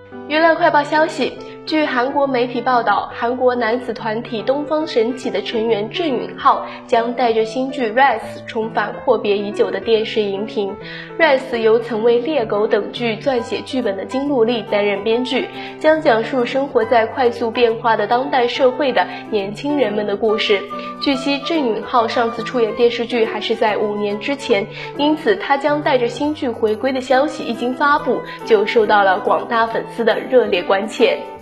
娱乐快报消息，据韩国媒体报道，韩国男子团体东方神起的成员郑允浩将带着新剧《Rise》重返阔别已久的电视荧屏。《Rise》由曾为《猎狗》等剧撰写剧本的金陆力担任编剧，将讲述生活在快速变化的当代社会的年轻人们的故事。据悉，郑允浩上次出演电视剧还是在5年之前，因此他将带着新剧回归的消息一经发布，就受到了广大粉丝的热烈关切。